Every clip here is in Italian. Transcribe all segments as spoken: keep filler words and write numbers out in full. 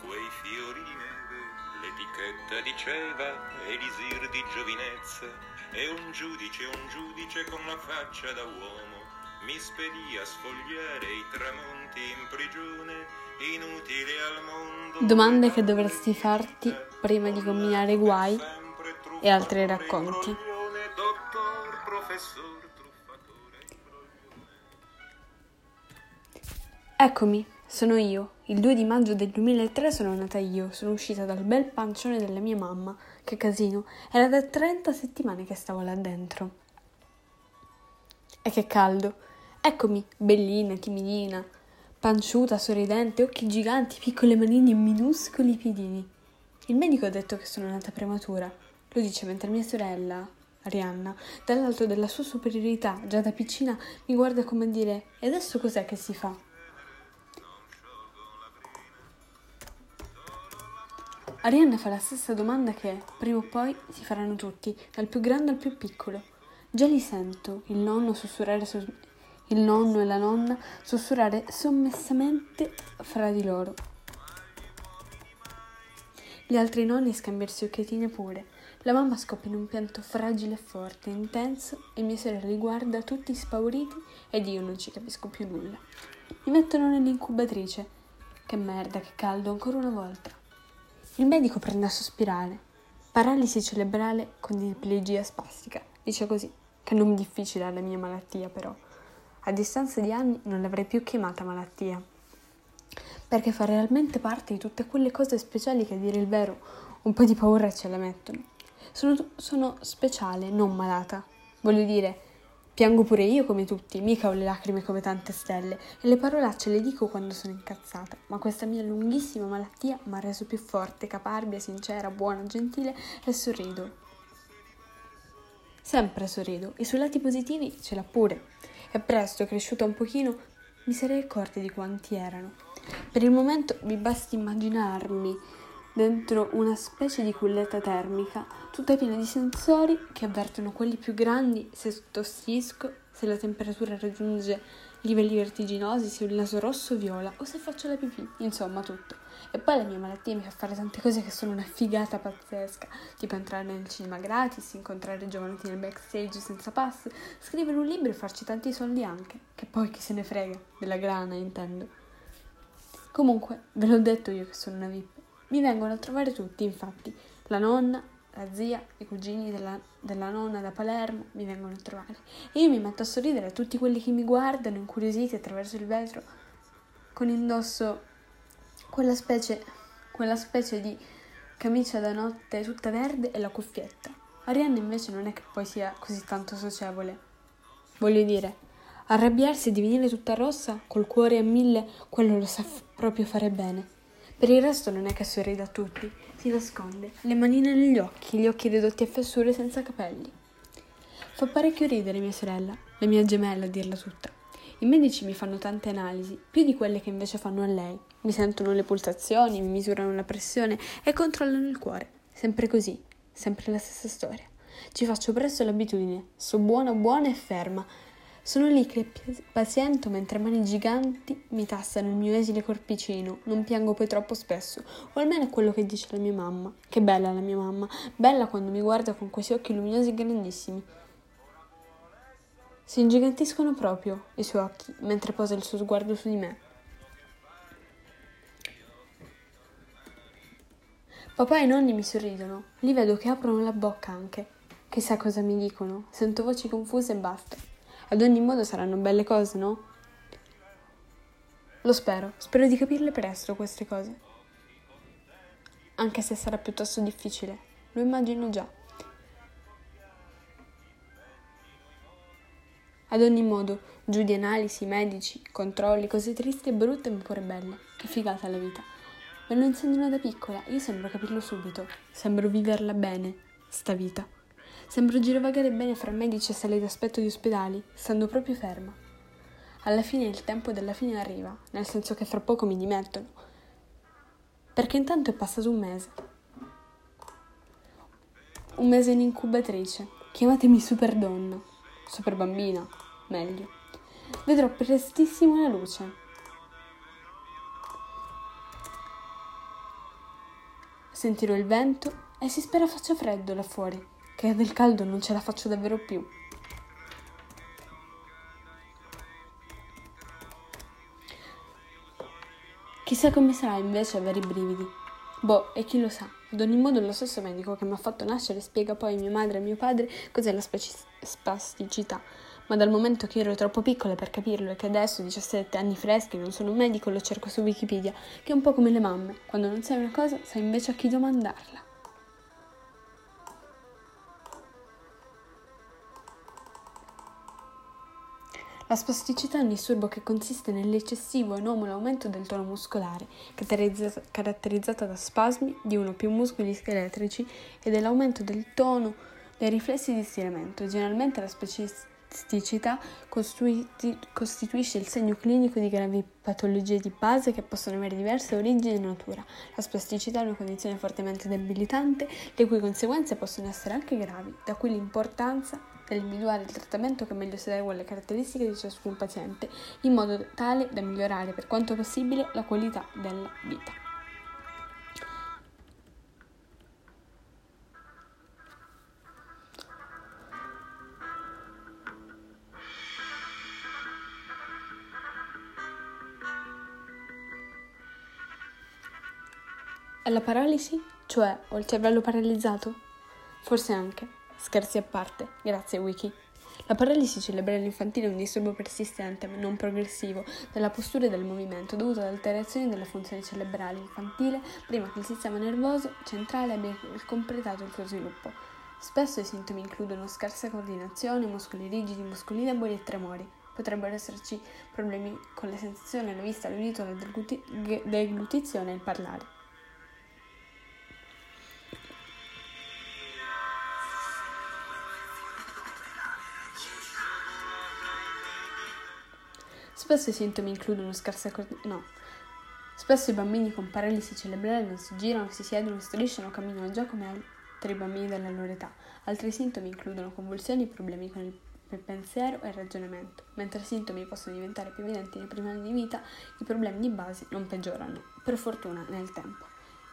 quei fiori di neve. L'etichetta diceva elisir di giovinezza, e un giudice, un giudice con la faccia da uomo mi spedì a sfogliare i tramonti in prigione, inutile al mondo. Domande che dovresti farti prima di combinare guai e altri racconti. Dottor, professor, truffatore. Eccomi, sono io. Il due di maggio del duemilatré sono nata io. Sono uscita dal bel pancione della mia mamma. Che casino. Era da trenta settimane che stavo là dentro. E che caldo. Eccomi, bellina, timidina, panciuta, sorridente, occhi giganti, piccole manine e minuscoli piedini. Il medico ha detto che sono nata prematura. Lo dice mentre mia sorella, Arianna, dall'alto della sua superiorità, già da piccina, mi guarda come a dire: e adesso cos'è che si fa? Arianna fa la stessa domanda che, prima o poi, si faranno tutti, dal più grande al più piccolo. Già li sento, il nonno sussurrare su... il nonno e la nonna sussurrare sommessamente fra di loro. Gli altri nonni scambiarsi occhiatine pure. La mamma scoppia in un pianto fragile e forte, intenso, e mia sorella li guarda tutti spauriti ed io non ci capisco più nulla. Mi mettono nell'incubatrice. Che merda, che caldo, ancora una volta. Il medico prende a sospirare. Paralisi cerebrale con diplegia spastica. Dice così, che nome difficile ha la mia malattia però. A distanza di anni non l'avrei più chiamata malattia, perché fa realmente parte di tutte quelle cose speciali che, a dire il vero, un po' di paura ce la mettono. Sono, sono speciale, non malata. Voglio dire, piango pure io come tutti, mica ho le lacrime come tante stelle, e le parolacce le dico quando sono incazzata, ma questa mia lunghissima malattia mi ha reso più forte, caparbia, sincera, buona, gentile, e sorrido. Sempre sorrido, e sui lati positivi ce l'ha pure. E presto, cresciuta un pochino, mi sarei accorta di quanti erano. Per il momento vi basti immaginarmi dentro una specie di culletta termica, tutta piena di sensori che avvertono quelli più grandi se tossisco, se la temperatura raggiunge livelli vertiginosi, se ho il naso rosso o viola, o se faccio la pipì, insomma tutto. E poi la mia malattia mi fa fare tante cose che sono una figata pazzesca, tipo entrare nel cinema gratis, incontrare giovanotti nel backstage senza pass, scrivere un libro e farci tanti soldi anche, che poi chi se ne frega, della grana intendo. Comunque, ve l'ho detto io che sono una V I P. Mi vengono a trovare tutti, infatti, la nonna, la zia, i cugini della, della nonna da Palermo mi vengono a trovare. E io mi metto a sorridere a tutti quelli che mi guardano, incuriositi attraverso il vetro, con indosso quella specie, quella specie di camicia da notte tutta verde e la cuffietta. Arianna invece non è che poi sia così tanto socievole. Voglio dire, arrabbiarsi e divenire tutta rossa, col cuore a mille, quello lo sa f- proprio fare bene. Per il resto non è che sorride a tutti, si nasconde, le manine negli occhi, gli occhi ridotti a fessure senza capelli. Fa parecchio ridere mia sorella, la mia gemella a dirla tutta. I medici mi fanno tante analisi, più di quelle che invece fanno a lei. Mi sentono le pulsazioni, mi misurano la pressione e controllano il cuore. Sempre così, sempre la stessa storia. Ci faccio presto l'abitudine, sto buona, buona e ferma. Sono lì che paziento mentre mani giganti mi tastano il mio esile corpicino. Non piango poi troppo spesso, o almeno è quello che dice la mia mamma. Che bella la mia mamma, bella quando mi guarda con questi occhi luminosi e grandissimi. Si ingigantiscono proprio i suoi occhi mentre posa il suo sguardo su di me. Papà e nonni mi sorridono, li vedo che aprono la bocca anche. Chissà cosa mi dicono, sento voci confuse e basta. Ad ogni modo saranno belle cose, no? Lo spero, spero di capirle presto queste cose. Anche se sarà piuttosto difficile, lo immagino già. Ad ogni modo, giù di analisi, medici, controlli, cose tristi e brutte ma pure belle. Che figata la vita. Me lo insegnano da piccola, io sembro capirlo subito. Sembro viverla bene, sta vita. Sembro girovagare bene fra medici e sale d'aspetto di ospedali, stando proprio ferma. Alla fine il tempo della fine arriva, nel senso che fra poco mi dimettono. Perché intanto è passato un mese. Un mese in incubatrice. Chiamatemi super donna, super bambina, meglio. Vedrò prestissimo la luce. sentirò il vento e si spera faccia freddo là fuori, che del caldo non ce la faccio davvero più. Chissà come sarà invece avere i brividi. Boh, e chi lo sa. Ad ogni modo lo stesso medico che mi ha fatto nascere spiega poi a mia madre e a mio padre cos'è la spaci- spasticità. Ma dal momento che ero troppo piccola per capirlo e che adesso, diciassette anni freschi, non sono un medico, lo cerco su Wikipedia, che è un po' come le mamme. Quando non sai una cosa, sai invece a chi domandarla. La spasticità è un disturbo che consiste nell'eccessivo e anomalo aumento del tono muscolare, caratterizzato da spasmi di uno o più muscoli scheletrici e dell'aumento del tono dei riflessi di stiramento. Generalmente la spasticità costituisce il segno clinico di gravi patologie di base che possono avere diverse origini e natura. La spasticità è una condizione fortemente debilitante, le cui conseguenze possono essere anche gravi, da cui l'importanza nell'individuare il trattamento che meglio si adegua alle caratteristiche di ciascun paziente, in modo tale da migliorare per quanto possibile la qualità della vita. È la paralisi? Cioè, ho il cervello paralizzato? Forse anche. Scherzi a parte, grazie Wiki. La paralisi cerebrale infantile è un disturbo persistente ma non progressivo della postura e del movimento dovuto ad alterazioni della funzione cerebrale infantile prima che il sistema nervoso centrale abbia completato il suo sviluppo. Spesso i sintomi includono scarsa coordinazione, muscoli rigidi, muscoli deboli e tremori. Potrebbero esserci problemi con le sensazioni, la vista, l'udito, la deglutizione e il parlare. Spesso i sintomi includono scarsa coordinazione. No. Spesso i bambini con paralisi cerebrale non si girano, si siedono, strisciano, camminano già come altri bambini della loro età. Altri sintomi includono convulsioni, problemi con il pensiero e il ragionamento. Mentre i sintomi possono diventare più evidenti nei primi anni di vita, i problemi di base non peggiorano, per fortuna, nel tempo.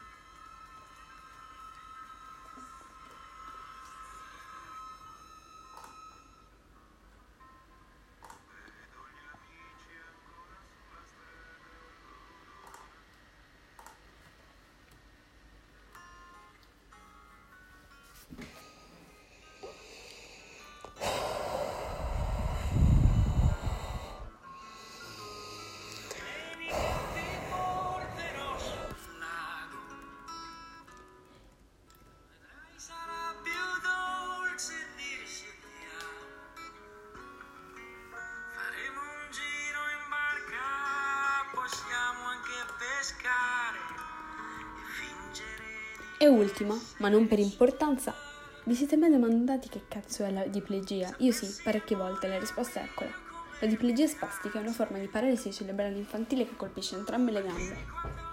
E ultima, ma non per importanza, vi siete mai domandati che cazzo è la diplegia? Io sì, parecchie volte, la risposta è eccola. La diplegia spastica è una forma di paralisi cerebrale infantile che colpisce entrambe le gambe.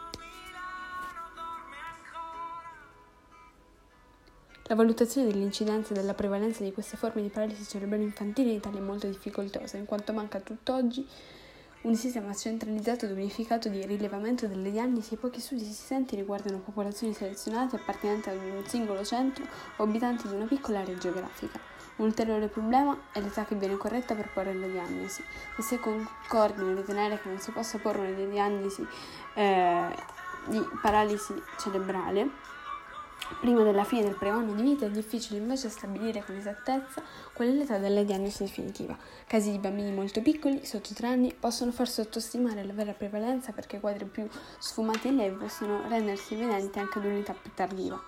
La valutazione dell'incidenza e della prevalenza di queste forme di paralisi cerebrale infantile in Italia è molto difficoltosa, in quanto manca tutt'oggi un sistema centralizzato ed unificato di rilevamento delle diagnosi e pochi studi esistenti riguardano popolazioni selezionate appartenenti ad un singolo centro o abitanti di una piccola area geografica. Un ulteriore problema è l'età che viene corretta per porre la diagnosi. Se si è concordi nel ritenere che non si possa porre una diagnosi eh, di paralisi cerebrale prima della fine del primo anno di vita, è difficile invece stabilire con esattezza qual è l'età della diagnosi definitiva. Casi di bambini molto piccoli, sotto tre anni, possono far sottostimare la vera prevalenza perché quadri più sfumati e lievi possono rendersi evidenti anche ad un'età più tardiva.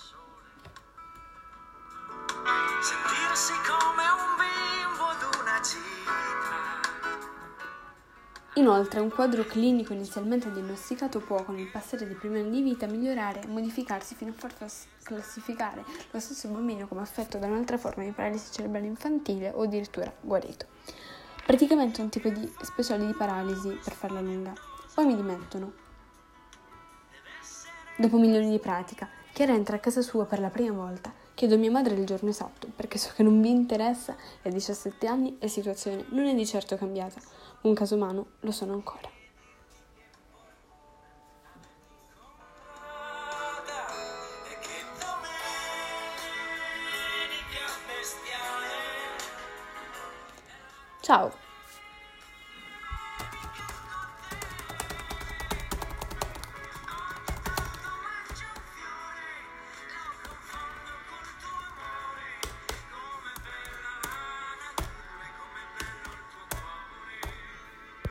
Sentirsi come un bimbo d'una città. Inoltre, un quadro clinico inizialmente diagnosticato può, con il passare dei primi anni di vita, migliorare e modificarsi fino a far classificare lo stesso bambino come affetto da un'altra forma di paralisi cerebrale infantile o addirittura guarito. Praticamente un tipo di speciale di paralisi, per farla lunga. Poi mi dimettono. Dopo milioni di pratica, Chiara entra a casa sua per la prima volta. Chiedo a mia madre il giorno esatto, perché so che non vi interessa e a diciassette anni la situazione non è di certo cambiata. Un caso umano lo sono ancora. Ciao!